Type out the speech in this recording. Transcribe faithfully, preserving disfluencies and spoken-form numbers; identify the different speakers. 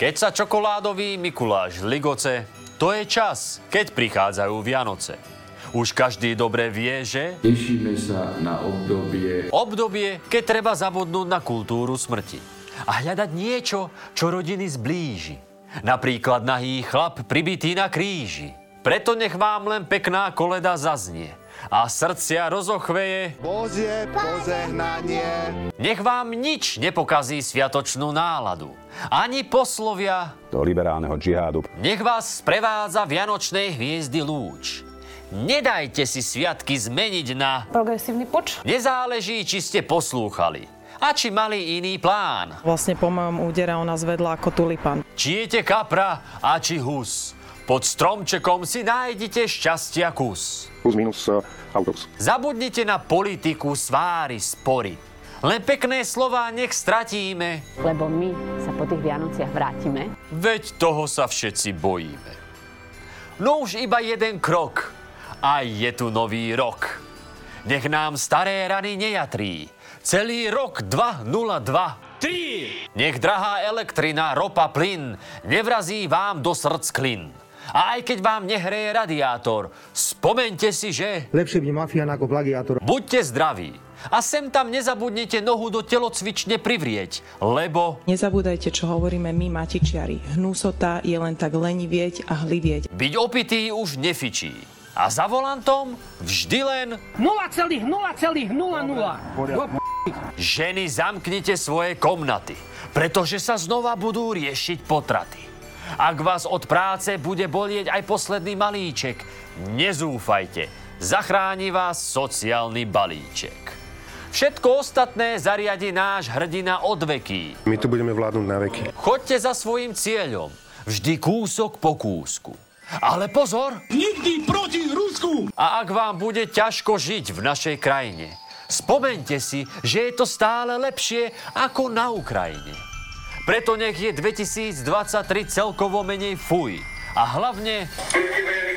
Speaker 1: Keď sa čokoládový Mikuláš ligoce, to je čas, keď prichádzajú Vianoce. Už každý dobre vie, že...
Speaker 2: Tešíme sa na obdobie...
Speaker 1: Obdobie, keď treba zabudnúť na kultúru smrti. A hľadať niečo, čo rodiny zblíži. Napríklad nahý chlap pribitý na kríži. Preto nech vám len pekná koleda zaznie. A srdcia rozochveje
Speaker 3: Božie požehnanie.
Speaker 1: Nech vám nič nepokazí sviatočnú náladu. Ani poslovia
Speaker 4: do liberálneho džihádu.
Speaker 1: Nech vás sprevádza vianočnej hviezdy lúč. Nedajte si sviatky zmeniť na
Speaker 5: progresívny puč.
Speaker 1: Nezáleží, či ste poslúchali a či mali iný plán.
Speaker 5: Vlastne po mojom údere ona zvedla ako tulipán.
Speaker 1: Či jete kapra a či hus. Pod stromčekom si nájdete šťastia kus.
Speaker 6: Plus minus uh, autobus.
Speaker 1: Zabudnite na politiku, sváry, spory. Len pekné slová nech stratíme.
Speaker 7: Lebo my sa po tých Vianociach vrátime.
Speaker 1: Veď toho sa všetci bojíme. No už iba jeden krok. A je tu nový rok. Nech nám staré rany nejatrí. Celý rok dva nula dva. Tri! Nech drahá elektrina, ropa, plyn nevrazí vám do srdc klin. A aj keď vám nehreje radiátor, spomeňte si, že...
Speaker 8: Lepšie byť mafián ako plagiátor.
Speaker 1: Buďte zdraví. A sem tam nezabudnite nohu do telocvične privrieť, lebo...
Speaker 5: Nezabúdajte, čo hovoríme my, matičiari. Hnusota je len tak lenivieť a hlivieť.
Speaker 1: Byť opitý už nefičí. A za volantom vždy len...
Speaker 9: nula celá nula nula nula.
Speaker 1: Ženy, zamknite svoje komnaty, pretože sa znova budú riešiť potraty. Ak vás od práce bude bolieť aj posledný malíček, nezúfajte, zachráni vás sociálny balíček. Všetko ostatné zariadi náš hrdina odveký.
Speaker 6: My tu budeme vládnuť na veky.
Speaker 1: Choďte za svojím cieľom, vždy kúsok po kúsku. Ale pozor!
Speaker 9: Nikdy proti Rusku!
Speaker 1: A ak vám bude ťažko žiť v našej krajine, spomeňte si, že je to stále lepšie ako na Ukrajine. Preto nech je dvetisíctridsaťtri celkovo menej fuj. A hlavne...